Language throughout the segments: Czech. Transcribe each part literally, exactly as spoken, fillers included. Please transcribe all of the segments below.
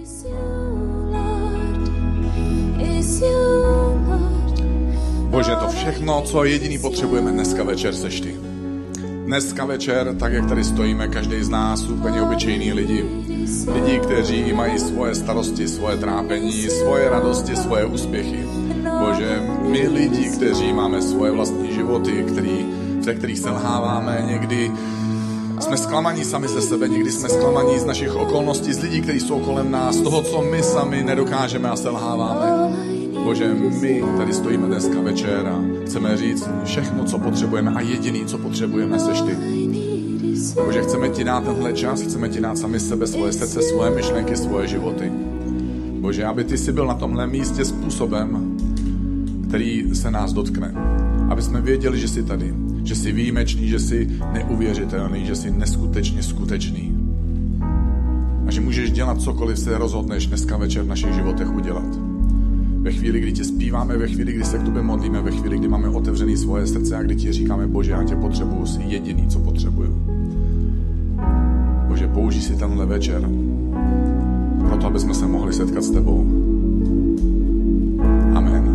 Bože, to všechno, co jediný potřebujeme dneska večer, seš ty. Dneska večer, tak jak tady stojíme, každý z nás, úplně obyčejní lidi. Lidi, kteří mají svoje starosti, svoje trápení, svoje radosti, svoje úspěchy. Bože, my lidi, kteří máme svoje vlastní životy, který, ve kterých selháváme, někdy jsme zklamaní sami ze sebe, někdy jsme zklamaní z našich okolností, z lidí, kteří jsou kolem nás, z toho, co my sami nedokážeme a selháváme. Bože, my tady stojíme dneska večer a chceme říct všechno, co potřebujeme a jediný, co potřebujeme, seš ty. Bože, chceme ti dát tenhle čas, chceme ti dát sami sebe, svoje srdce, svoje myšlenky, svoje životy. Bože, aby ty jsi byl na tomhle místě způsobem, který se nás dotkne. Aby jsme věděli, že jsi tady, že jsi výjimečný, že jsi neuvěřitelný, že jsi neskutečně skutečný. A že můžeš dělat cokoliv se rozhodneš dneska večer v našich životech udělat. Ve chvíli, kdy tě zpíváme, ve chvíli, kdy se k tobě modlíme, ve chvíli, kdy máme otevřený svoje srdce a kdy ti říkáme, Bože, já tě potřebuju, jsi jediný, co potřebuju. Bože, použij si tenhle večer proto, aby jsme se mohli setkat s tebou. Amen.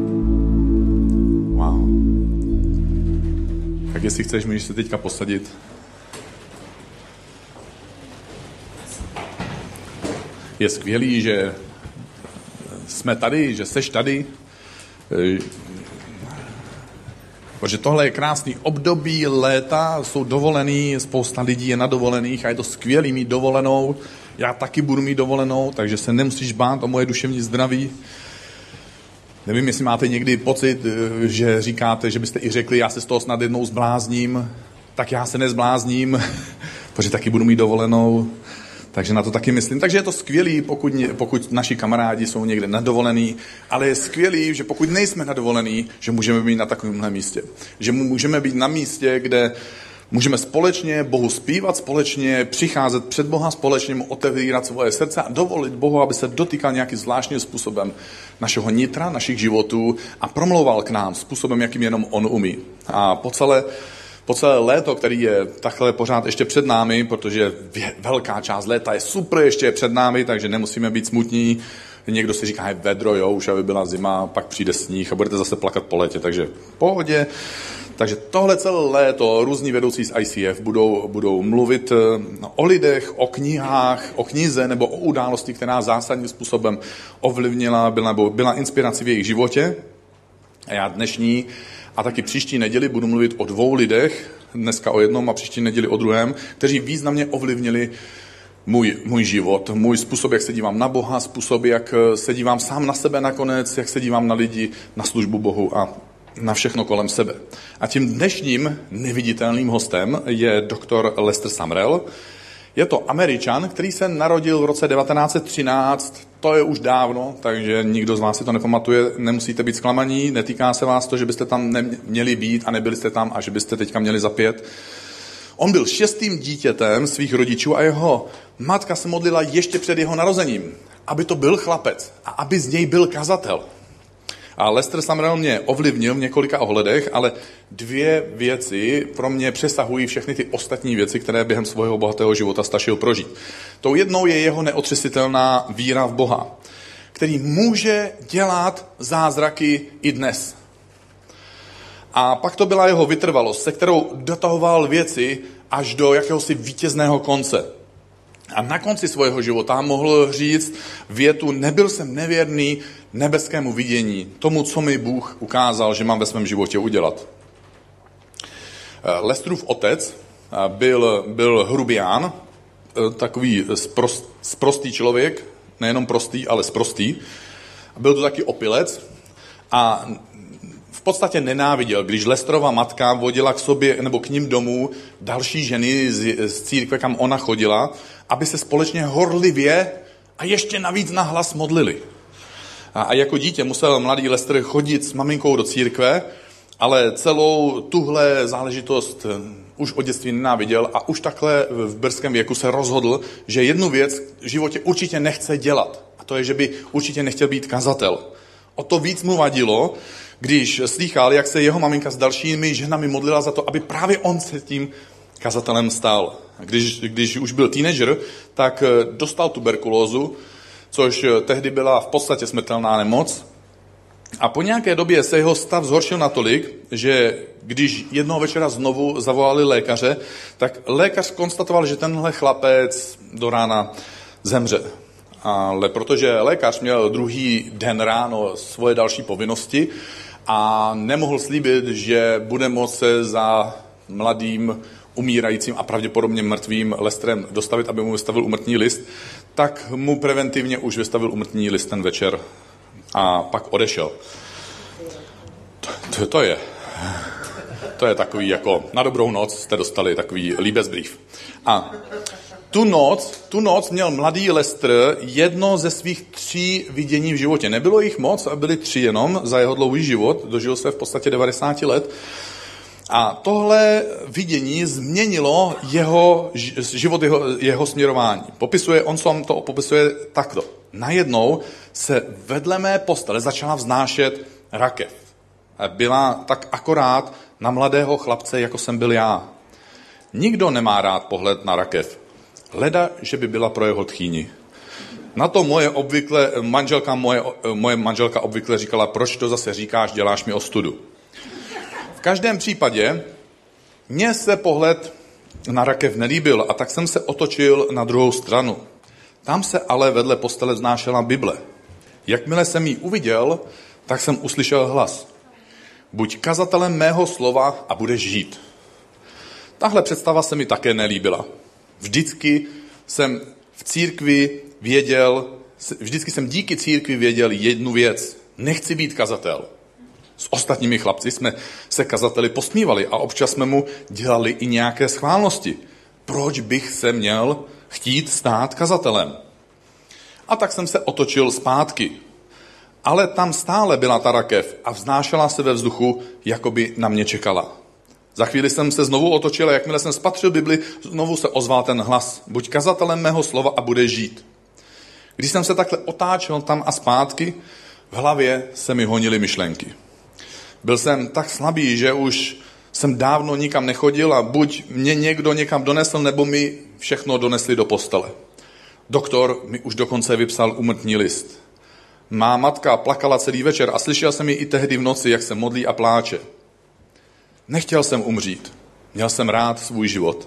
Wow. Tak jestli chceš, můžeš se teďka posadit. Je skvělý, že jsme tady, že seš tady. Protože tohle je krásný období léta, jsou dovolený, spousta lidí je na dovolených a je to skvělý mít dovolenou. Já taky budu mít dovolenou, takže se nemusíš bát o moje duševní zdraví. Nevím, jestli máte někdy pocit, že říkáte, že byste i řekli, já se z toho snad jednou zblázním, tak já se nezblázním, protože taky budu mít dovolenou. Takže na to taky myslím. Takže je to skvělý, pokud, pokud naši kamarádi jsou někde nadovolený, ale je skvělý, že pokud nejsme nadovolený, že můžeme být na takovémhle místě. Že můžeme být na místě, kde můžeme společně Bohu zpívat, společně přicházet před Boha, společně mu otevírat svoje srdce a dovolit Bohu, aby se dotýkal nějakým zvláštním způsobem našeho nitra, našich životů a promlouval k nám způsobem, jakým jenom on umí. A po celé Po celé léto, který je takhle pořád ještě před námi, protože velká část léta je super, ještě je před námi, takže nemusíme být smutní. Někdo si říká, je vedro, jo, už aby byla zima, pak přijde sníh a budete zase plakat po létě, takže v pohodě. Takže tohle celé léto různí vedoucí z I C F budou, budou mluvit no, o lidech, o knihách, o knize nebo o události, která zásadním způsobem ovlivnila byla, nebo byla inspirací v jejich životě. A já dnešní a taky příští neděli budu mluvit o dvou lidech, dneska o jednom a příští neděli o druhém, kteří významně ovlivnili můj, můj život, můj způsob, jak se dívám na Boha, způsob, jak se dívám sám na sebe nakonec, jak se dívám na lidi, na službu Bohu a na všechno kolem sebe. A tím dnešním neviditelným hostem je doktor Lester Sumrall. Je to Američan, který se narodil v roce devatenáct set třináct, to je už dávno, takže nikdo z vás si to nepamatuje, nemusíte být zklamaní, netýká se vás to, že byste tam neměli být a nebyli jste tam a že byste teďka měli zapět. On byl šestým dítětem svých rodičů a jeho matka se modlila ještě před jeho narozením, aby to byl chlapec a aby z něj byl kazatel. A Lester Sumrall mě ovlivnil v několika ohledech, ale dvě věci pro mě přesahují všechny ty ostatní věci, které během svého bohatého života stačil prožít. Tou jednou je jeho neotřesitelná víra v Boha, který může dělat zázraky i dnes. A pak to byla jeho vytrvalost, se kterou dotahoval věci až do jakéhosi vítězného konce. A na konci svého života mohl říct větu, nebyl jsem nevěrný nebeskému vidění, tomu, co mi Bůh ukázal, že mám ve svém životě udělat. Lesterův otec byl, byl hrubián, takový sprost, sprostý člověk, nejenom prostý, ale sprostý. Byl to taky opilec a v podstatě nenáviděl, když Lesterova matka vodila k sobě nebo k ním domů další ženy z, z církve, kam ona chodila, aby se společně horlivě a ještě navíc nahlas modlili. A, a jako dítě musel mladý Lester chodit s maminkou do církve, ale celou tuhle záležitost už od dětství nenáviděl a už takhle v brzkém věku se rozhodl, že jednu věc v životě určitě nechce dělat. A to je, že by určitě nechtěl být kazatel. O to víc mu vadilo, když slýchal, jak se jeho maminka s dalšími ženami modlila za to, aby právě on se tím kazatelem stal. Když, když už byl teenager, tak dostal tuberkulózu, což tehdy byla v podstatě smrtelná nemoc. A po nějaké době se jeho stav zhoršil natolik, že když jednoho večera znovu zavolali lékaře, tak lékař konstatoval, že tenhle chlapec do rána zemře. Ale protože lékař měl druhý den ráno svoje další povinnosti a nemohl slíbit, že bude moct se za mladým, umírajícím a pravděpodobně mrtvým Lestrem dostavit, aby mu vystavil úmrtní list, tak mu preventivně už vystavil úmrtní list ten večer a pak odešel. To, to, to je... To je takový jako na dobrou noc jste dostali takový líbezbrief. A tu noc, tu noc měl mladý Lester jedno ze svých tří vidění v životě. Nebylo jich moc, a byly tři jenom za jeho dlouhý život. Dožil se v podstatě devadesát let. A tohle vidění změnilo jeho život, jeho, jeho směrování. Popisuje, on sám to popisuje takto. Najednou se vedle mé postele začala vznášet rakev. Byla tak akorát na mladého chlapce, jako jsem byl já. Nikdo nemá rád pohled na rakev. Leda, že by byla pro jeho tchýni. Na to moje obvykle, manželka, moje, moje manželka obvykle říkala, proč to zase říkáš, děláš mi ostudu. V každém případě mně se pohled na rakev nelíbil a tak jsem se otočil na druhou stranu. Tam se ale vedle postele vznášela Bible. Jakmile jsem ji uviděl, tak jsem uslyšel hlas. Buď kazatelem mého slova a budeš žít. Tahle představa se mi také nelíbila. Vždycky jsem v církvi věděl, vždycky jsem díky církvi věděl jednu věc. Nechci být kazatel. S ostatními chlapci jsme se kazateli posmívali a občas jsme mu dělali i nějaké schválnosti. Proč bych se měl chtít stát kazatelem? A tak jsem se otočil zpátky. Ale tam stále byla ta rakev a vznášela se ve vzduchu, jako by na mě čekala. Za chvíli jsem se znovu otočil a jakmile jsem spatřil Bibli, znovu se ozval ten hlas. Buď kazatelem mého slova a budeš žít. Když jsem se takhle otáčel tam a zpátky, v hlavě se mi honily myšlenky. Byl jsem tak slabý, že už jsem dávno nikam nechodil a buď mě někdo někam donesl, nebo mi všechno donesli do postele. Doktor mi už dokonce vypsal úmrtní list. Má matka plakala celý večer a slyšel jsem ji i tehdy v noci, jak se modlí a pláče. Nechtěl jsem umřít. Měl jsem rád svůj život.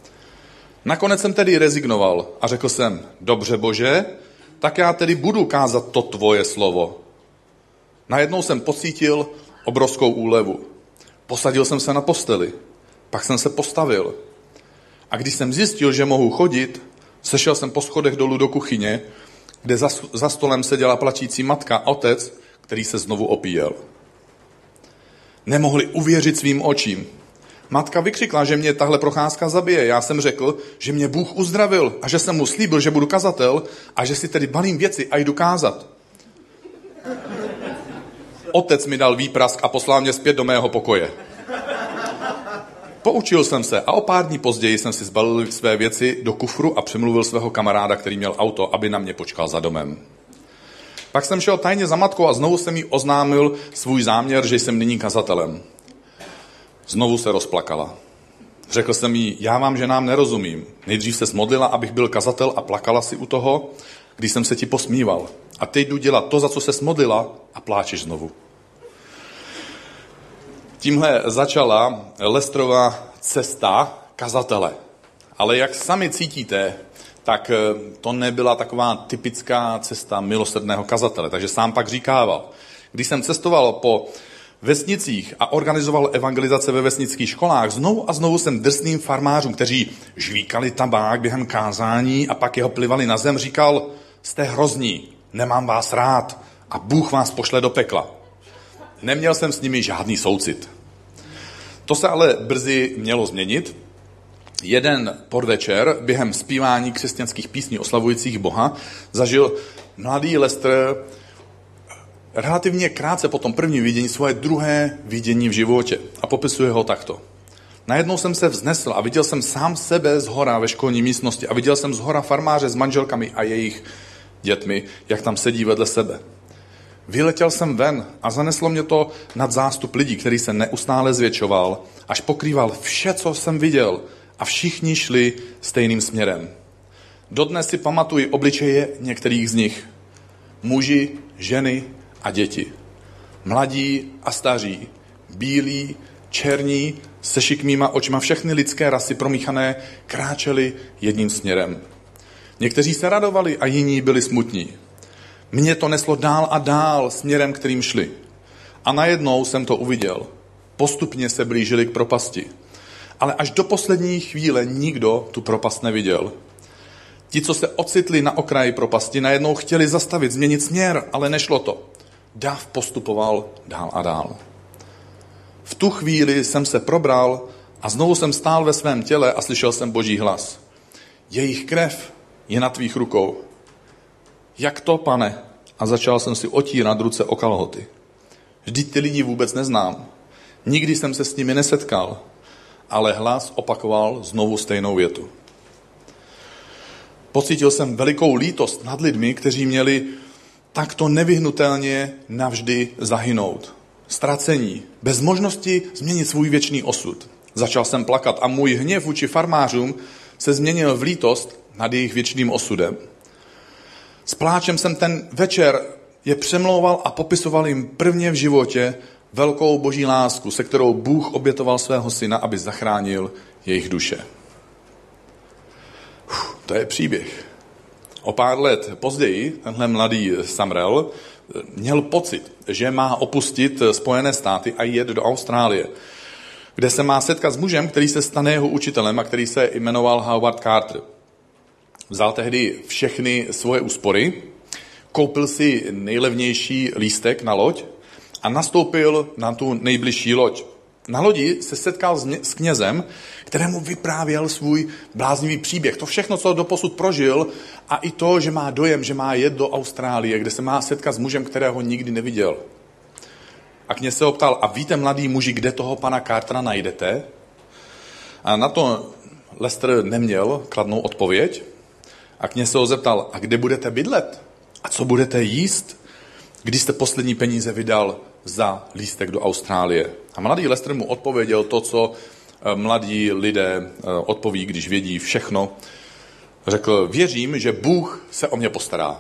Nakonec jsem tedy rezignoval a řekl jsem, dobře Bože, tak já tedy budu kázat to tvoje slovo. Najednou jsem pocítil obrovskou úlevu. Posadil jsem se na posteli, pak jsem se postavil. A když jsem zjistil, že mohu chodit, sešel jsem po schodech dolů do kuchyně, kde za, za stolem seděla plačící matka a otec, který se znovu opíjel. Nemohli uvěřit svým očím. Matka vykřikla, že mě tahle procházka zabije. Já jsem řekl, že mě Bůh uzdravil a že jsem mu slíbil, že budu kazatel a že si tedy balím věci a jdu kázat. Otec mi dal výprask a poslal mě zpět do mého pokoje. Poučil jsem se a o pár dní později jsem si zbalil své věci do kufru a přemluvil svého kamaráda, který měl auto, aby na mě počkal za domem. Pak jsem šel tajně za matkou a znovu jsem jí oznámil svůj záměr, že jsem nyní kazatelem. Znovu se rozplakala. Řekl jsem jí, já vám ženám nerozumím. Nejdřív se smodlila, abych byl kazatel a plakala si u toho, když jsem se ti posmíval. A teď jdu dělat to, za co se smodlila a pláčeš znovu. Tímhle začala Lestrova cesta kazatele. Ale jak sami cítíte, tak to nebyla taková typická cesta milosrdného kazatele. Takže sám pak říkával. Když jsem cestoval po vesnicích a organizoval evangelizace ve vesnických školách, znovu a znovu jsem drsným farmářům, kteří žvíkali tabák během kázání a pak jeho plivali na zem, říkal, jste hrozní, nemám vás rád a Bůh vás pošle do pekla. Neměl jsem s nimi žádný soucit. To se ale brzy mělo změnit. Jeden podvečer během zpívání křesťanských písní oslavujících Boha zažil mladý Lester relativně krátce po tom prvním vidění svoje druhé vidění v životě a popisuje ho takto. Najednou jsem se vznesl a viděl jsem sám sebe zhora ve školní místnosti a viděl jsem zhora farmáře s manželkami a jejich dětmi, jak tam sedí vedle sebe. Vyletěl jsem ven a zaneslo mě to nad zástup lidí, který se neustále zvětšoval, až pokrýval vše, co jsem viděl a všichni šli stejným směrem. Dodnes si pamatuji obličeje některých z nich. muži, ženy a děti, mladí a staří, bílí, černí, se šikmýma očima, všechny lidské rasy promíchané kráčely jedním směrem. Někteří se radovali a jiní byli smutní. Mě to neslo dál a dál směrem, kterým šli. A najednou jsem to uviděl. Postupně se blížili k propasti. Ale až do poslední chvíle nikdo tu propast neviděl. Ti, co se ocitli na okraji propasti, najednou chtěli zastavit, změnit směr, ale nešlo to. Dav postupoval dál a dál. V tu chvíli jsem se probral a znovu jsem stál ve svém těle a slyšel jsem Boží hlas. Jejich krev je na tvých rukou. Jak to, pane? A začal jsem si otírat ruce o kalhoty. Vždyť ty lidi vůbec neznám. Nikdy jsem se s nimi nesetkal, ale hlas opakoval znovu stejnou větu. Pocítil jsem velikou lítost nad lidmi, kteří měli takto nevyhnutelně navždy zahynout. Ztracení, bez možnosti změnit svůj věčný osud. Začal jsem plakat a můj hněv vůči farmářům se změnil v lítost nad jejich věčným osudem. S pláčem jsem ten večer je přemlouval a popisoval jim prvně v životě velkou boží lásku, se kterou Bůh obětoval svého syna, aby zachránil jejich duše. Uf, to je příběh. O pár let později tenhle mladý Samuel měl pocit, že má opustit Spojené státy a jet do Austrálie, kde se má setkat s mužem, který se stane jeho učitelem a který se jmenoval Howard Carter. Vzal tehdy všechny svoje úspory, koupil si nejlevnější lístek na loď a nastoupil na tu nejbližší loď. Na lodi se setkal s knězem, kterému vyprávěl svůj bláznivý příběh. To všechno, co doposud prožil a i to, že má dojem, že má jet do Austrálie, kde se má setkat s mužem, kterého nikdy neviděl. A kněz se ho ptal, a víte, mladý muži, kde toho pana Cartera najdete? A na to Lester neměl kladnou odpověď. A kněz se ho zeptal, a kde budete bydlet? A co budete jíst? Když jste poslední peníze vydal za lístek do Austrálie? A mladý Lester mu odpověděl to, co mladí lidé odpoví, když vědí všechno. Řekl, věřím, že Bůh se o mě postará.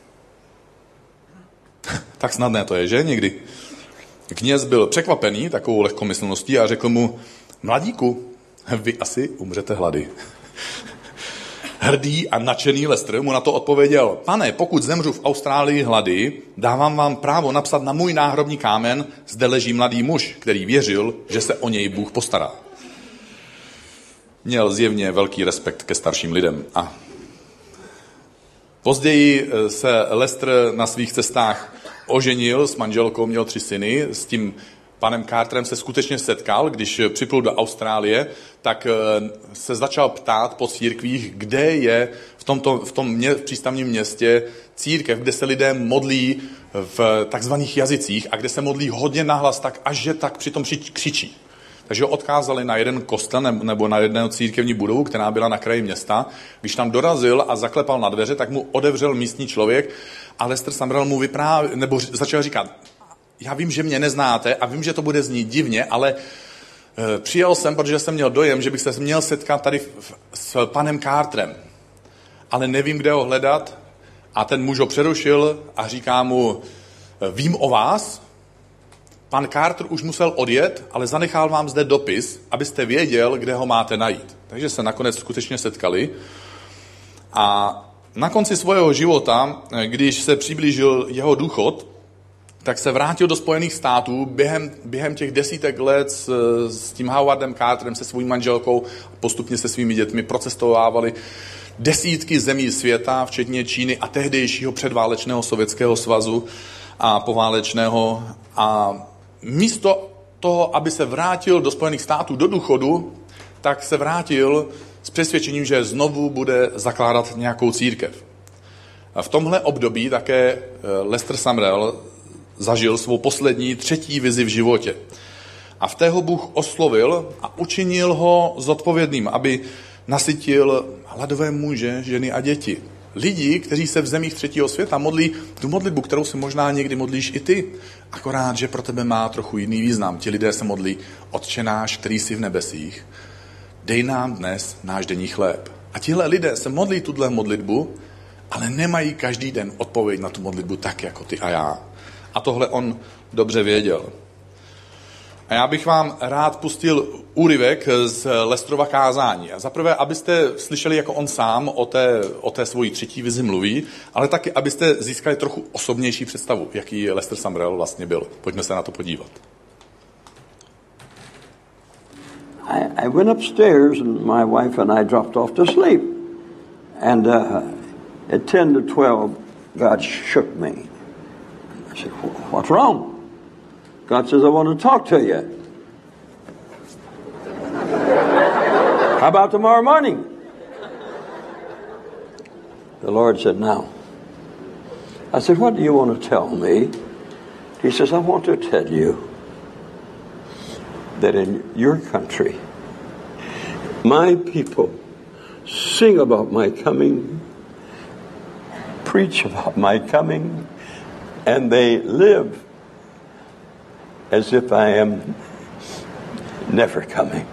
Tak snadné to je, že? Někdy. Kněz byl překvapený takovou lehkomyslností a řekl mu, mladíku, vy asi umřete hlady. Hrdý a nadšený Lester mu na to odpověděl, pane, pokud zemřu v Austrálii hlady, dávám vám právo napsat na můj náhrobní kámen, zde leží mladý muž, který věřil, že se o něj Bůh postará. Měl zjevně velký respekt ke starším lidem. A později se Lester na svých cestách oženil s manželkou, měl tři syny, s tím panem Carterem se skutečně setkal, když připlul do Austrálie, tak se začal ptát po církvích, kde je v, tomto, v tom mě, v přístavním městě církev, kde se lidé modlí v takzvaných jazycích a kde se modlí hodně nahlas, tak až že tak přitom křičí. Takže ho odkázali na jeden kostel nebo na jednu církevní budovu, která byla na kraji města. Když tam dorazil a zaklepal na dveře, tak mu otevřel místní člověk a Lester Samuel mu vyprávěl, nebo začal říkat, já vím, že mě neznáte a vím, že to bude znít divně, ale e, přijel jsem, protože jsem měl dojem, že bych se měl setkat tady v, s panem Carterem. Ale nevím, kde ho hledat. A ten muž ho přerušil a říká mu, vím o vás, pan Carter už musel odjet, ale zanechal vám zde dopis, abyste věděl, kde ho máte najít. Takže se nakonec skutečně setkali. A na konci svého života, když se přiblížil jeho důchod, tak se vrátil do Spojených států během, během těch desítek let s, s tím Howardem Carterem, se svou manželkou, postupně se svými dětmi procestovávali desítky zemí světa, včetně Číny a tehdejšího předválečného Sovětského svazu a poválečného. A místo toho, aby se vrátil do Spojených států do důchodu, tak se vrátil s přesvědčením, že znovu bude zakládat nějakou církev. A v tomhle období také Lester Samuel zažil svou poslední třetí vizi v životě. A v té ho Bůh oslovil a učinil ho zodpovědným, aby nasytil hladové muže, ženy a děti. Lidi, kteří se v zemích třetího světa modlí tu modlitbu, kterou se možná někdy modlíš i ty, akorát, že pro tebe má trochu jiný význam. Ti lidé se modlí, Otče náš, který jsi v nebesích, dej nám dnes náš denní chléb. A tihle lidé se modlí tuhle modlitbu ale nemají každý den odpověď na tu modlitbu tak, jako ty a já. A tohle on dobře věděl. A já bych vám rád pustil úryvek z Lestrova kázání. A zaprvé, abyste slyšeli, jako on sám o té, o té svojí třetí vizi mluví, ale taky, abyste získali trochu osobnější představu, jaký Lester Sumrall vlastně byl. Pojďme se na to podívat. I, I went upstairs and my wife and I dropped off to sleep. And uh, at ten to twelve, God shook me. I said, what's wrong? God says, I want to talk to you. How about tomorrow morning? The Lord said, now. I said, what do you want to tell me? He says, I want to tell you that in your country, my people sing about my coming, preach about my coming, and they live as if I am never coming.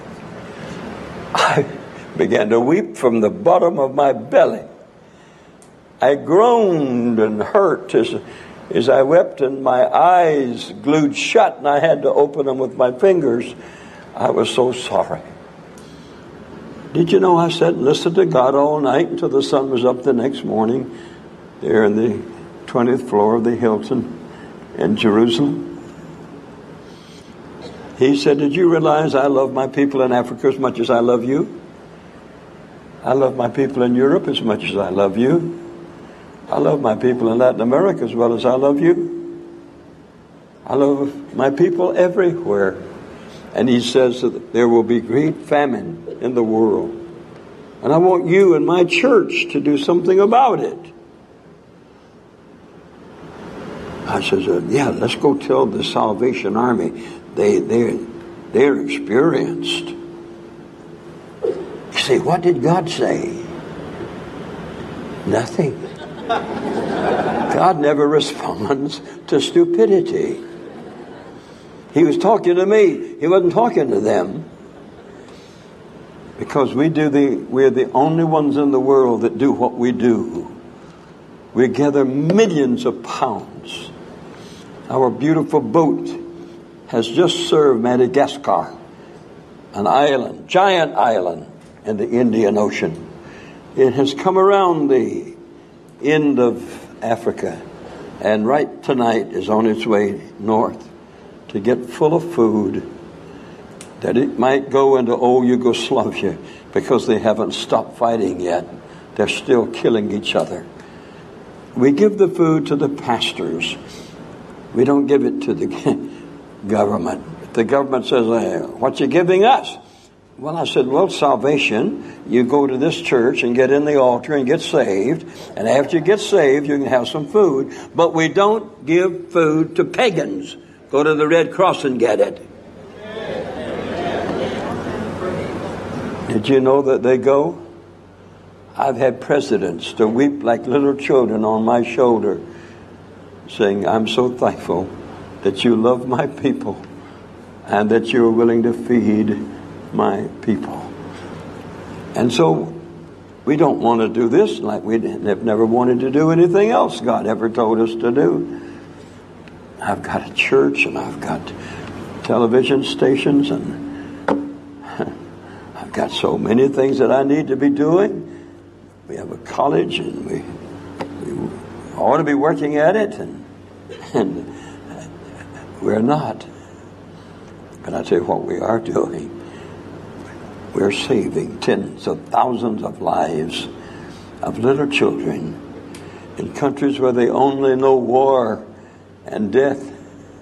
I began to weep from the bottom of my belly. I groaned and hurt as, as I wept, and my eyes glued shut, and I had to open them with my fingers. I was so sorry. Did you know I sat and listened to God all night until the sun was up the next morning there in the twentieth floor of the Hilton in Jerusalem? He said, did you realize I love my people in Africa as much as I love you? I love my people in Europe as much as I love you. I love my people in Latin America as well as I love you. I love my people everywhere. And he says that there will be great famine in the world. And I want you and my church to do something about it. I says, uh, yeah, let's go tell the Salvation Army. They, they're, they're experienced. You say, what did God say? Nothing. God never responds to stupidity. He was talking to me. He wasn't talking to them. Because we do the, we're the only ones in the world that do what we do. We gather millions of pounds. Our beautiful boat has just served Madagascar, an island, giant island in the Indian Ocean. It has come around the end of Africa, and right tonight is on its way north to get full of food that it might go into old Yugoslavia, because they haven't stopped fighting yet. They're still killing each other. We give the food to the pastors. We don't give it to the government. If the government says, hey, what you giving us? Well, I said, well, salvation, you go to this church and get in the altar and get saved. And after you get saved, you can have some food. But we don't give food to pagans. Go to the Red Cross and get it. Did you know that they go? I've had presidents to weep like little children on my shoulder, saying, I'm so thankful that you love my people and that you're willing to feed my people. And so we don't want to do this like we have never wanted to do anything else God ever told us to do. I've got a church and I've got television stations and I've got so many things that I need to be doing. We have a college and we, we ought to be working at it, and, and we're not. But I tell you what we are doing. We're saving tens of thousands of lives of little children in countries where they only know war and death.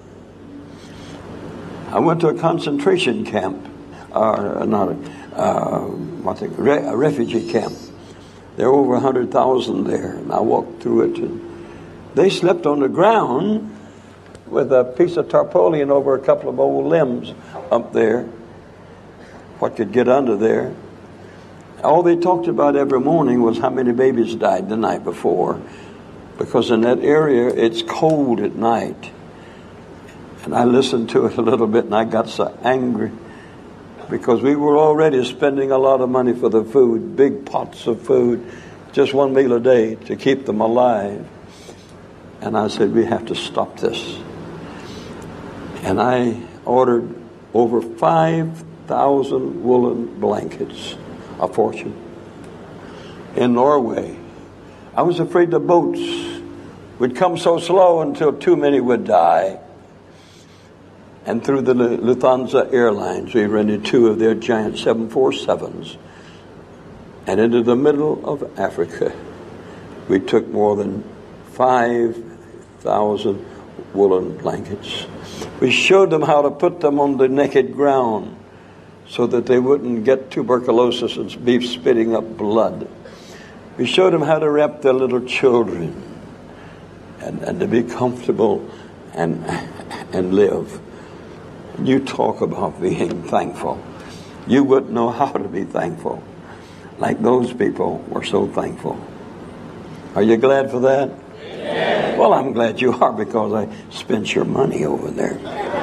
I went to a concentration camp, or not a, uh, what's it, a refugee camp. There were over one hundred thousand there, and I walked through it. And they slept on the ground with a piece of tarpaulin over a couple of old limbs up there. What could get under there? All they talked about every morning was how many babies died the night before. Because in that area, it's cold at night. And I listened to it a little bit, and I got so angry. Because we were already spending a lot of money for the food, big pots of food. just one meal a day to keep them alive. And I said, we have to stop this. And I ordered over five thousand woolen blankets, a fortune. In Norway, I was afraid the boats would come so slow until too many would die. And through the Lufthansa Airlines, we rented two of their giant seven forty-sevens. And into the middle of Africa, we took more than five thousand woolen blankets. We showed them how to put them on the naked ground so that they wouldn't get tuberculosis and be spitting up blood. We showed them how to wrap their little children and, and to be comfortable and, and live. You talk about being thankful. You wouldn't know how to be thankful. Like those people were so thankful. Are you glad for that? Yeah. Well, I'm glad you are, because I spent your money over there.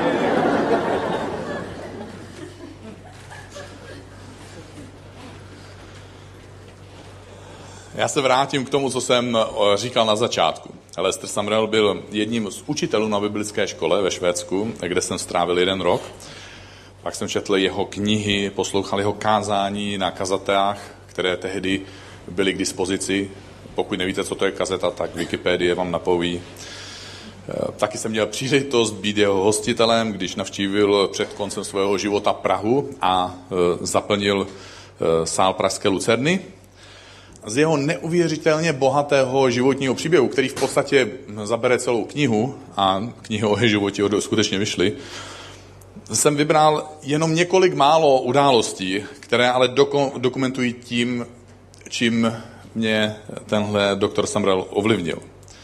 Já se vrátím k tomu, co jsem říkal na začátku. Lester Sumrall byl jedním z učitelů na biblické škole ve Švédsku, kde jsem strávil jeden rok. Pak jsem četl jeho knihy, poslouchal jeho kázání na kazetách, které tehdy byly k dispozici. Pokud nevíte, co to je kazeta, tak Wikipedie vám napoví. Taky jsem měl příležitost být jeho hostitelem, když navštívil před koncem svého života Prahu a zaplnil sál pražské Lucerny. Z jeho neuvěřitelně bohatého životního příběhu, který v podstatě zabere celou knihu, a knihy o jeho životě skutečně vyšly, jsem vybral jenom několik málo událostí, které ale doku- dokumentují tím, čím mě tenhle doktor Sumrall ovlivnil.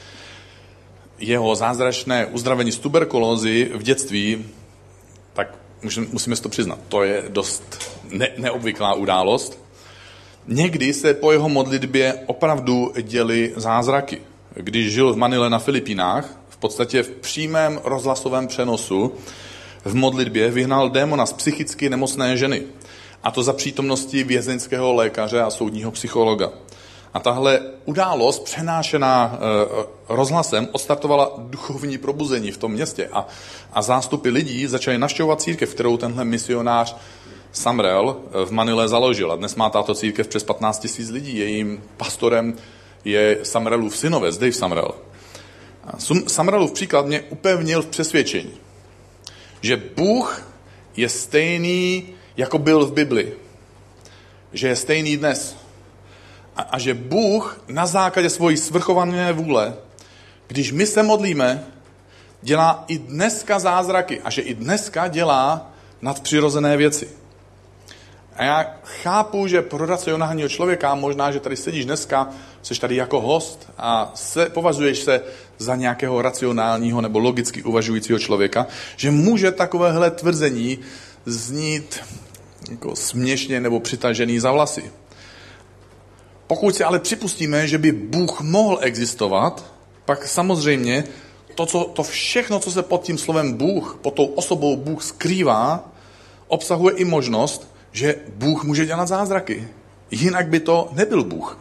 Jeho zázračné uzdravení z tuberkulózy v dětství, tak musíme si to přiznat, to je dost ne- neobvyklá událost. Někdy se po jeho modlitbě opravdu děly zázraky. Když žil v Manile na Filipínách, v podstatě v přímém rozhlasovém přenosu v modlitbě vyhnal démona z psychicky nemocné ženy. A to za přítomnosti vězeňského lékaře a soudního psychologa. A tahle událost přenášená e, rozhlasem odstartovala duchovní probuzení v tom městě. A, a zástupy lidí začaly navštěvovat církev, kterou tenhle misionář Sumrall v Manile založil. A dnes má tato církev přes patnáct tisíc lidí. Jejím pastorem je Sumrallův synovec, Dave Sumrall. Sumrallův příklad mě upevnil v přesvědčení, že Bůh je stejný, jako byl v Bibli. Že je stejný dnes. A, a že Bůh na základě svojí svrchované vůle, když my se modlíme, dělá i dneska zázraky. A že i dneska dělá nadpřirozené věci. A já chápu, že pro racionálního člověka, možná, že tady sedíš dneska, jsi tady jako host a se, považuješ se za nějakého racionálního nebo logicky uvažujícího člověka, že může takovéhle tvrzení znít jako směšně nebo přitažený za vlasy. Pokud si ale připustíme, že by Bůh mohl existovat, pak samozřejmě to, co, to všechno, co se pod tím slovem Bůh, pod tou osobou Bůh skrývá, obsahuje i možnost, že Bůh může dělat zázraky. Jinak by to nebyl Bůh.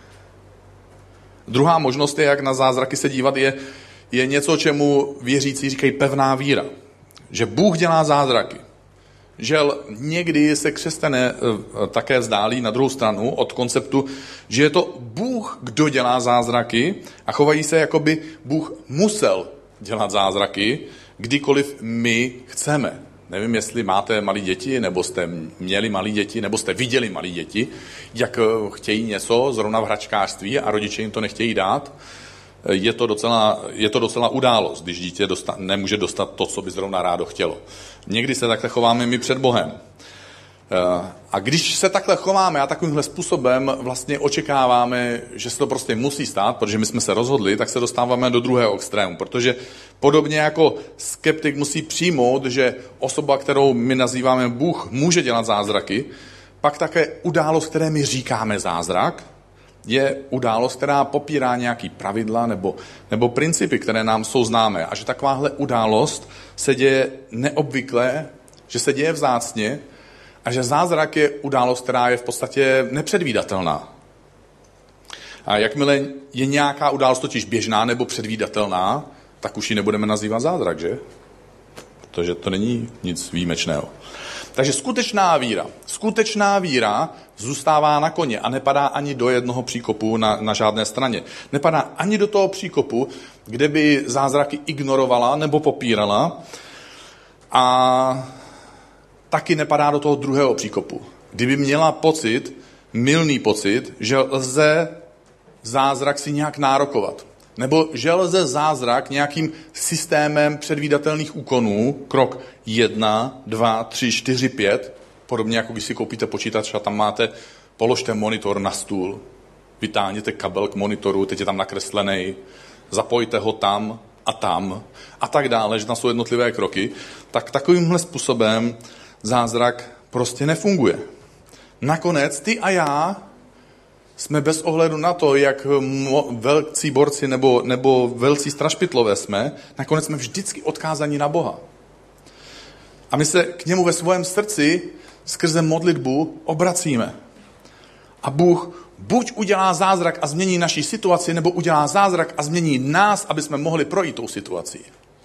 Druhá možnost je, jak na zázraky se dívat, je, je něco, čemu věřící říkají pevná víra. Že Bůh dělá zázraky. Žel někdy se křesťané také vzdálí na druhou stranu od konceptu, že je to Bůh, kdo dělá zázraky, a chovají se, jako by Bůh musel dělat zázraky, kdykoliv my chceme. Nevím, jestli máte malí děti, nebo jste měli malí děti, nebo jste viděli malí děti, jak chtějí něco zrovna v hračkářství a rodiče jim to nechtějí dát. Je to docela, je to docela událost, když dítě dostat, nemůže dostat to, co by zrovna rádo chtělo. Někdy se takhle chováme my před Bohem. A když se takhle chováme a takovýmhle způsobem vlastně očekáváme, že se to prostě musí stát, protože my jsme se rozhodli, tak se dostáváme do druhého extrému. Protože podobně jako skeptik musí přijmout, že osoba, kterou my nazýváme Bůh, může dělat zázraky, pak také událost, které my říkáme zázrak, je událost, která popírá nějaký pravidla nebo, nebo principy, které nám jsou známé. A že takováhle událost se děje neobvykle, že se děje vzácně, a že zázrak je událost, která je v podstatě nepředvídatelná. A jakmile je nějaká událost totiž běžná nebo předvídatelná, tak už ji nebudeme nazývat zázrak, že? Protože to není nic výjimečného. Takže skutečná víra. Skutečná víra zůstává na koně a nepadá ani do jednoho příkopu na, na žádné straně. Nepadá ani do toho příkopu, kde by zázraky ignorovala nebo popírala, a taky nepadá do toho druhého příkopu. Kdyby měla pocit, mylný pocit, že lze zázrak si nějak nárokovat. Nebo že lze zázrak nějakým systémem předvídatelných úkonů, krok jedna, dva, tři, čtyři, pět, podobně jako když si koupíte počítač a tam máte, položte monitor na stůl, vytáhněte kabel k monitoru, teď je tam nakreslený, zapojte ho tam a tam a tak dále, že tam jsou jednotlivé kroky, tak takovýmhle způsobem zázrak prostě nefunguje. Nakonec ty a já jsme bez ohledu na to, jak velcí borci nebo, nebo velcí strašpytlové jsme, nakonec jsme vždycky odkázaní na Boha. A my se k němu ve svém srdci skrze modlitbu obracíme. A Bůh buď udělá zázrak a změní naši situaci, nebo udělá zázrak a změní nás, aby jsme mohli projít tou situací.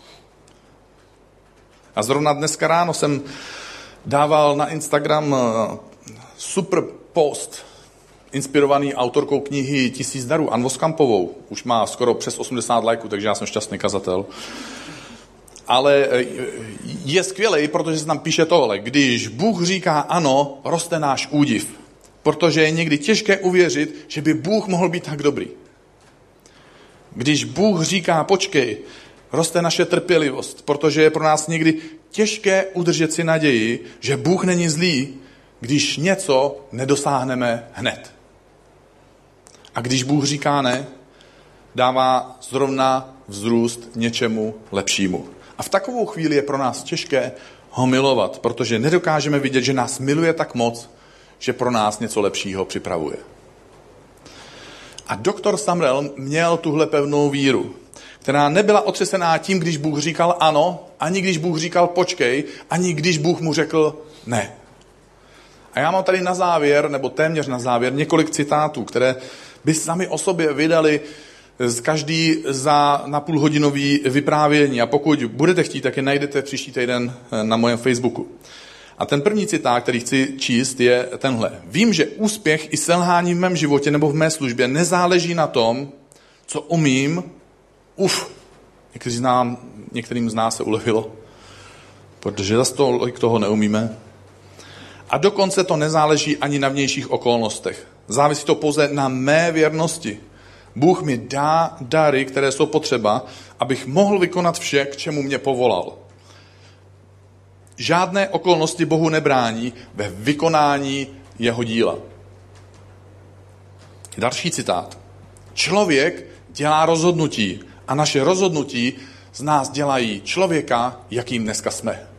A zrovna dneska ráno jsem dával na Instagram super post, inspirovaný autorkou knihy Tisíc darů, Ann Voskampovou. Už má skoro přes osmdesát lajků, takže já jsem šťastný kazatel. Ale je skvělej, protože se tam píše tohle. Když Bůh říká ano, roste náš údiv. Protože je někdy těžké uvěřit, že by Bůh mohl být tak dobrý. Když Bůh říká počkej, roste naše trpělivost, protože je pro nás někdy těžké udržet si naději, že Bůh není zlý, když něco nedosáhneme hned. A když Bůh říká ne, dává zrovna vzrůst něčemu lepšímu. A v takovou chvíli je pro nás těžké ho milovat, protože nedokážeme vidět, že nás miluje tak moc, že pro nás něco lepšího připravuje. A doktor Samuel měl tuhle pevnou víru, která nebyla otřesená tím, když Bůh říkal ano, ani když Bůh říkal počkej, ani když Bůh mu řekl ne. A já mám tady na závěr, nebo téměř na závěr, několik citátů, které by sami o sobě vydali z každý za na půlhodinový vyprávění. A pokud budete chtít, tak je najdete příští týden na mém Facebooku. A ten první citát, který chci číst, je tenhle. Vím, že úspěch i selhání v mém životě nebo v mé službě nezáleží na tom, co umím. Uf, někteří znám, některým z nás se ulevilo, protože zase tolik toho neumíme. A dokonce to nezáleží ani na vnějších okolnostech. Závisí to pouze na mé věrnosti. Bůh mi dá dary, které jsou potřeba, abych mohl vykonat vše, k čemu mě povolal. Žádné okolnosti Bohu nebrání ve vykonání jeho díla. Další citát. Člověk dělá rozhodnutí a naše rozhodnutí z nás dělají člověka, jakým dneska jsme.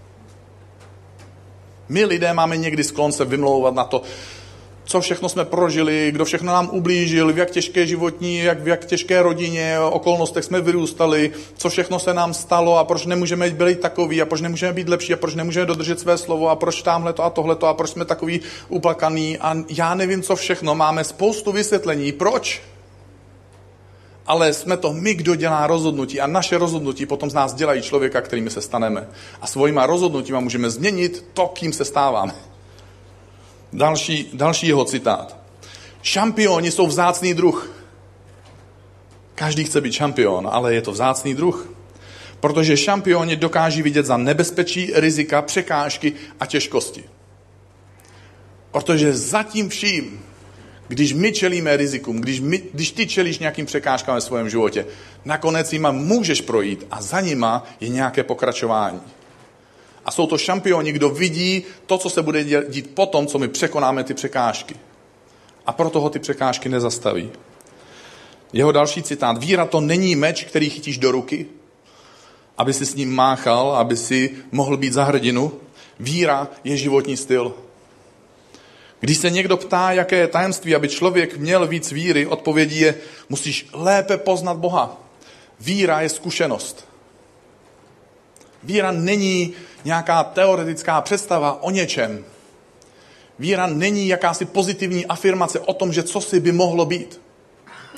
My lidé máme někdy sklon se vymlouvat na to, co všechno jsme prožili, kdo všechno nám ublížil, v jak těžké životní, jak, v jak těžké rodině, okolnostech jsme vyrůstali, co všechno se nám stalo a proč nemůžeme být takový a proč nemůžeme být lepší a proč nemůžeme dodržet své slovo a proč tamhleto a tohleto a proč jsme takový uplakaný a já nevím, co všechno. Máme spoustu vysvětlení, proč. Ale jsme to my, kdo dělá rozhodnutí a naše rozhodnutí potom z nás dělají člověka, kterými se staneme. A svojima rozhodnutíma můžeme změnit to, kým se stáváme. Další, další jeho citát. Šampioni jsou vzácný druh. Každý chce být šampion, ale je to vzácný druh. Protože šampioni dokáží vidět za nebezpečí, rizika, překážky a těžkosti. Protože zatím vším, když my čelíme rizikům, když, my, když ty čelíš nějakým překážkám ve svém životě, nakonec jima můžeš projít a za nima je nějaké pokračování. A jsou to šampioni, kdo vidí to, co se bude dít potom, co my překonáme ty překážky. A proto ho ty překážky nezastaví. Jeho další citát. Víra to není meč, který chytíš do ruky, aby si s ním máchal, aby si mohl být za hrdinu. Víra je životní styl. Když se někdo ptá, jaké je tajemství, aby člověk měl víc víry, odpovědí je, musíš lépe poznat Boha. Víra je zkušenost. Víra není nějaká teoretická představa o něčem. Víra není jakási pozitivní afirmace o tom, že co si by mohlo být.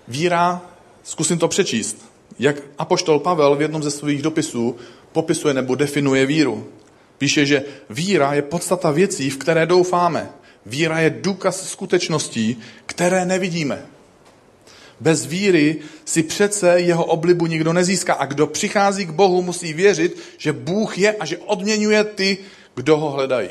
Víra, zkusím to přečíst, jak apoštol Pavel v jednom ze svých dopisů popisuje nebo definuje víru. Píše, že víra je podstata věcí, v které doufáme. Víra je důkaz skutečností, které nevidíme. Bez víry si přece jeho oblibu nikdo nezíská. A kdo přichází k Bohu, musí věřit, že Bůh je a že odměňuje ty, kdo ho hledají.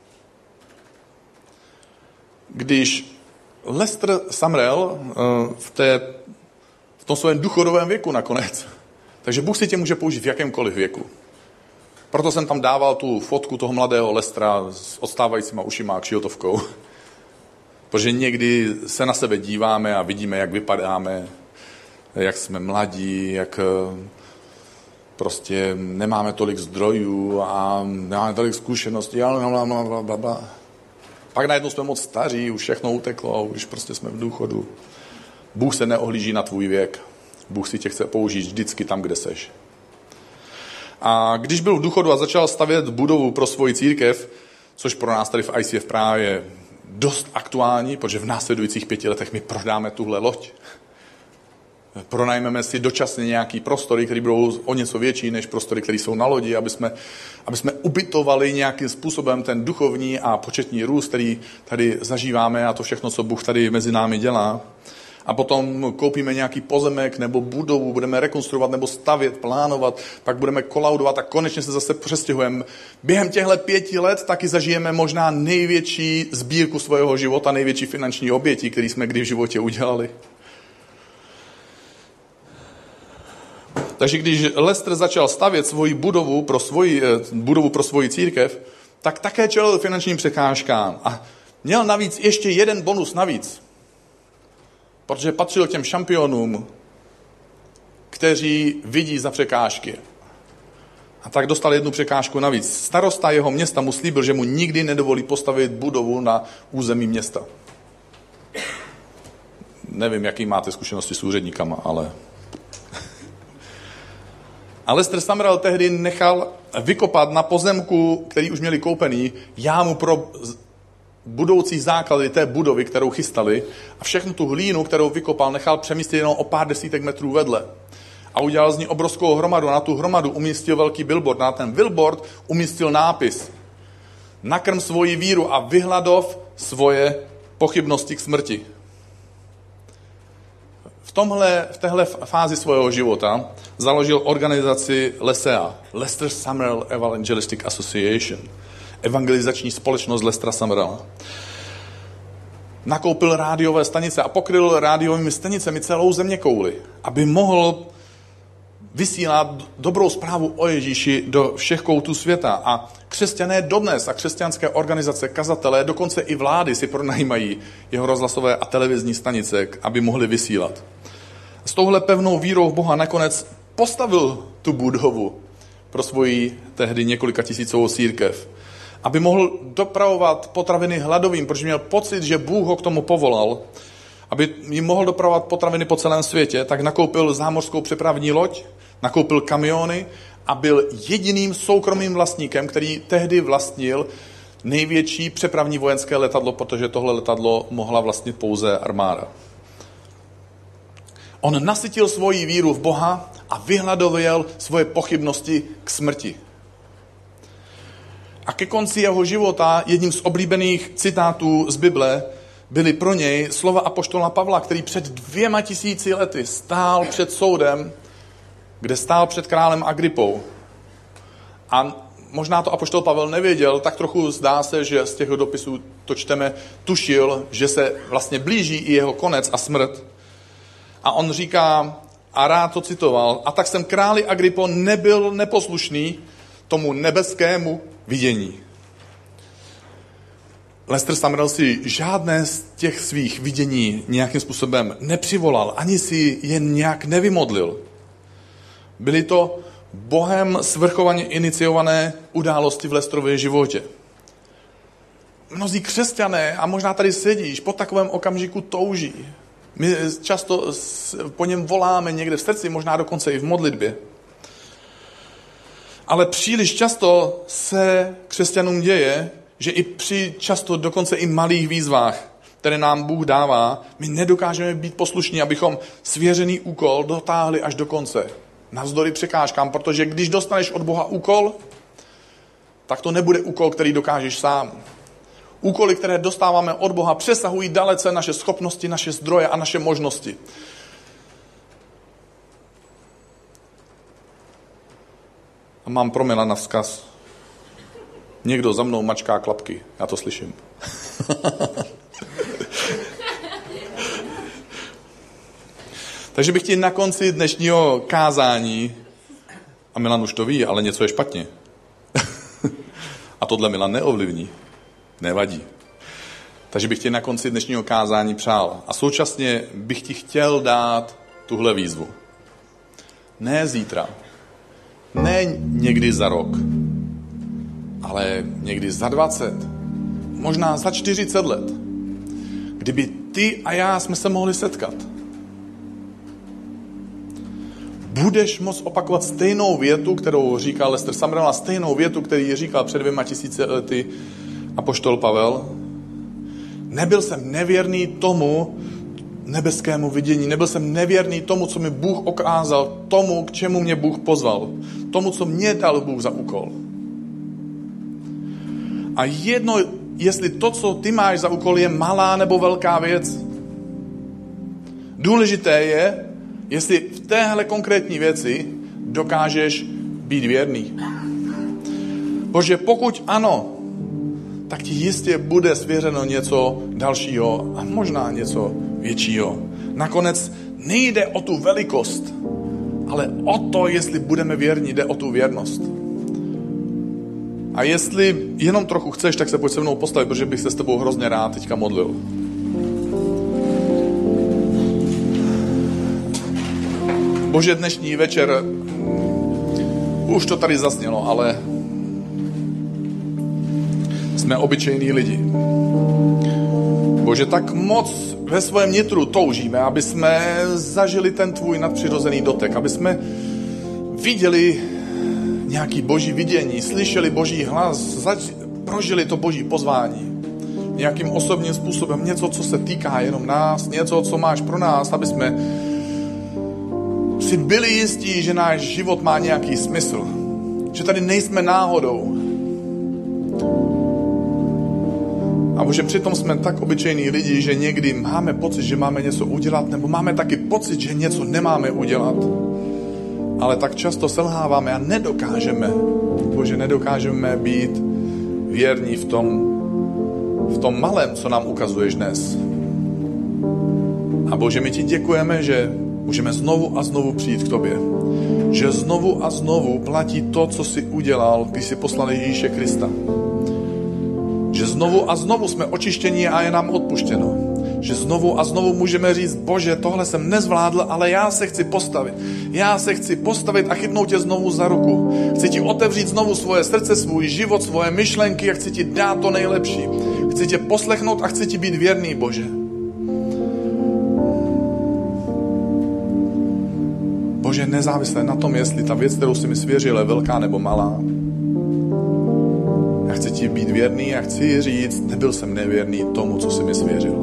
Když Lester Sumrall v, té, v tom svém důchodovém věku nakonec, takže Bůh si tě může použít v jakémkoliv věku. Proto jsem tam dával tu fotku toho mladého Lestera s odstávajícíma ušima a kšiltovkou. Protože někdy se na sebe díváme a vidíme, jak vypadáme, jak jsme mladí, jak prostě nemáme tolik zdrojů a nemáme tolik zkušeností, ale blablabla. Pak najednou jsme moc staří, už všechno uteklo a už prostě jsme v důchodu. Bůh se neohlíží na tvůj věk. Bůh si tě chce použít vždycky tam, kde seš. A když byl v důchodu a začal stavět budovu pro svoji církev, což pro nás tady v I C F právě je dost aktuální, protože v následujících pěti letech my prodáme tuhle loď. Pronajmeme si dočasně nějaký prostory, které budou o něco větší než prostory, které jsou na lodi, aby jsme, aby jsme ubytovali nějakým způsobem ten duchovní a početní růst, který tady zažíváme a to všechno, co Bůh tady mezi námi dělá. A potom koupíme nějaký pozemek nebo budovu, budeme rekonstruovat nebo stavět, plánovat, pak budeme kolaudovat a konečně se zase přestěhujeme. Během těchto pěti let taky zažijeme možná největší sbírku svého života, největší finanční oběti, který jsme kdy v životě udělali. Takže když Lester začal stavět svoji budovu pro svoji, budovu pro svoji církev, tak také čelil finančním překážkám a měl navíc ještě jeden bonus navíc. Protože patřil k těm šampionům, kteří vidí za překážky. A tak dostal jednu překážku navíc. Starosta jeho města mu slíbil, že mu nikdy nedovolí postavit budovu na území města. Nevím, jaký máte zkušenosti s úředníkama, ale... A Lester Sumrall tehdy nechal vykopat na pozemku, který už měli koupený, jámu pro budoucí základy té budovy, kterou chystali, a všechnu tu hlínu, kterou vykopal, nechal přemístit jenom o pár desítek metrů vedle. A udělal z ní obrovskou hromadu. Na tu hromadu umístil velký billboard. Na ten billboard umístil nápis: Nakrm svoji víru a vyhladov svoje pochybnosti k smrti. V, tomhle, v téhle fázi svého života založil organizaci L E S E A, Lester Sumrall Evangelistic Association, evangelizační společnost Lestera Sumralla. Nakoupil rádiové stanice a pokryl rádiovými stanicemi celou zeměkouli, aby mohl vysílat dobrou zprávu o Ježíši do všech koutů světa. A křesťané dodnes a křesťanské organizace, kazatelé, dokonce i vlády si pronajímají jeho rozhlasové a televizní stanice, aby mohli vysílat. S touhle pevnou vírou v Boha nakonec postavil tu budovu pro svoji tehdy několika tisícovou církev, aby mohl dopravovat potraviny hladovým, protože měl pocit, že Bůh ho k tomu povolal, aby jim mohl dopravovat potraviny po celém světě, tak nakoupil zámořskou přepravní loď, nakoupil kamiony a byl jediným soukromým vlastníkem, který tehdy vlastnil největší přepravní vojenské letadlo, protože tohle letadlo mohla vlastnit pouze armáda. On nasytil svoji víru v Boha a vyhladověl svoje pochybnosti k smrti. A ke konci jeho života jedním z oblíbených citátů z Bible byly pro něj slova apoštola Pavla, který před dvěma tisíci lety stál před soudem, kde stál před králem Agripou. A možná to apoštol Pavel nevěděl, tak trochu zdá se, že z těch dopisů to čteme, tušil, že se vlastně blíží i jeho konec a smrt. A on říká, a rád to citoval, a tak jsem králi Agripo nebyl neposlušný tomu nebeskému vidění. Lester Sumrall si žádné z těch svých vidění nějakým způsobem nepřivolal, ani si je nějak nevymodlil. Byly to Bohem svrchovaně iniciované události v Lesterově životě. Mnozí křesťané, a možná tady sedíš, po takovém okamžiku touží. My často po něm voláme někde v srdci, možná dokonce i v modlitbě. Ale příliš často se křesťanům děje, že i při často dokonce i malých výzvách které nám Bůh dává, my nedokážeme být poslušní, abychom svěřený úkol dotáhli až do konce. Navzdory překážkám, protože když dostaneš od Boha úkol, tak to nebude úkol, který dokážeš sám. Úkoly, které dostáváme od Boha, přesahují dalece naše schopnosti, naše zdroje a naše možnosti. A mám pro Milana vzkaz. Někdo za mnou mačká klapky. Já to slyším. Takže bych ti na konci dnešního kázání, a Milan už to ví, ale něco je špatně. A tohle Milan neovlivní. Nevadí. Takže bych ti na konci dnešního kázání přál. A současně bych ti chtěl dát tuhle výzvu. Ne zítra. Ne někdy za rok. Ale někdy za dvacet. Možná za čtyřicet let. Kdyby ty a já jsme se mohli setkat. Budeš moct opakovat stejnou větu, kterou říkal Lester Sumrall, a stejnou větu, který ji říkal před dvěma tisíce lety apoštol Pavel. Nebyl jsem nevěrný tomu nebeskému vidění, nebyl jsem nevěrný tomu, co mi Bůh ukázal, tomu, k čemu mě Bůh pozval, tomu, co mě dal Bůh za úkol. A jedno, jestli to, co ty máš za úkol, je malá nebo velká věc. Důležité je, jestli v téhle konkrétní věci dokážeš být věrný. Protože pokud ano, tak ti jistě bude svěřeno něco dalšího a možná něco většího. Nakonec nejde o tu velikost, ale o to, jestli budeme věrní, jde o tu věrnost. A jestli jenom trochu chceš, tak se pojď se mnou postavit, protože bych se s tebou hrozně rád teďka modlil. Bože, dnešní večer, už to tady zaznělo, ale jsme obyčejní lidi. Bože, tak moc ve svém nitru toužíme, aby jsme zažili ten tvůj nadpřirozený dotek, aby jsme viděli nějaký boží vidění, slyšeli boží hlas, zač- prožili to boží pozvání. Nějakým osobním způsobem, něco, co se týká jenom nás, něco, co máš pro nás, aby jsme si byli jistí, že náš život má nějaký smysl. Že tady nejsme náhodou. A Bože, přitom jsme tak obyčejní lidi, že někdy máme pocit, že máme něco udělat, nebo máme taky pocit, že něco nemáme udělat. Ale tak často selháváme a nedokážeme, Bože, nedokážeme být věrní v tom, v tom malém, co nám ukazuješ dnes. A Bože, my ti děkujeme, že můžeme znovu a znovu přijít k tobě. Že znovu a znovu platí to, co jsi udělal, když jsi poslal Ježíše Krista. Že znovu a znovu jsme očištěni a je nám odpuštěno. Že znovu a znovu můžeme říct, Bože, tohle jsem nezvládl, ale já se chci postavit. Já se chci postavit a chytnout tě znovu za ruku. Chci ti otevřít znovu svoje srdce, svůj život, svoje myšlenky a chci ti dát to nejlepší. Chci tě poslechnout a chci ti být věrný, Bože. Bože, nezávisle na tom, jestli ta věc, kterou jsi mi svěřil, je velká nebo malá. Já chci ti být věrný a chci říct, nebyl jsem nevěrný tomu, co jsi mi svěřil.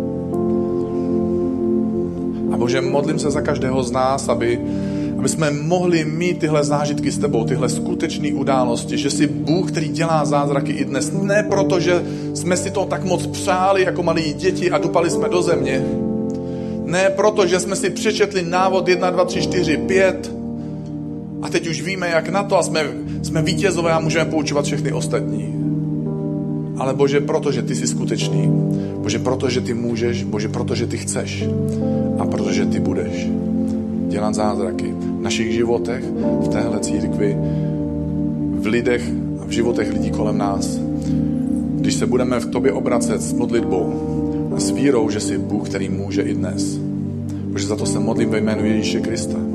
A Bože, modlím se za každého z nás, aby, aby jsme mohli mít tyhle zážitky s tebou, tyhle skutečné události, že jsi Bůh, který dělá zázraky i dnes. Ne proto, že jsme si to tak moc přáli jako malí děti a dupali jsme do země. Ne proto, že jsme si přečetli návod jedna, dva, tři, čtyři, pět a teď už víme, jak na to a jsme, jsme vítězové a můžeme poučovat všechny ostatní. Ale Bože, protože ty jsi skutečný. Bože, protože ty můžeš. Bože, protože ty chceš. A protože ty budeš dělat zázraky v našich životech, v téhle církvi, v lidech a v životech lidí kolem nás. Když se budeme k tobě obracet s modlitbou a s vírou, že jsi Bůh, který může i dnes. Bože, za to se modlím ve jménu Ježíše Krista.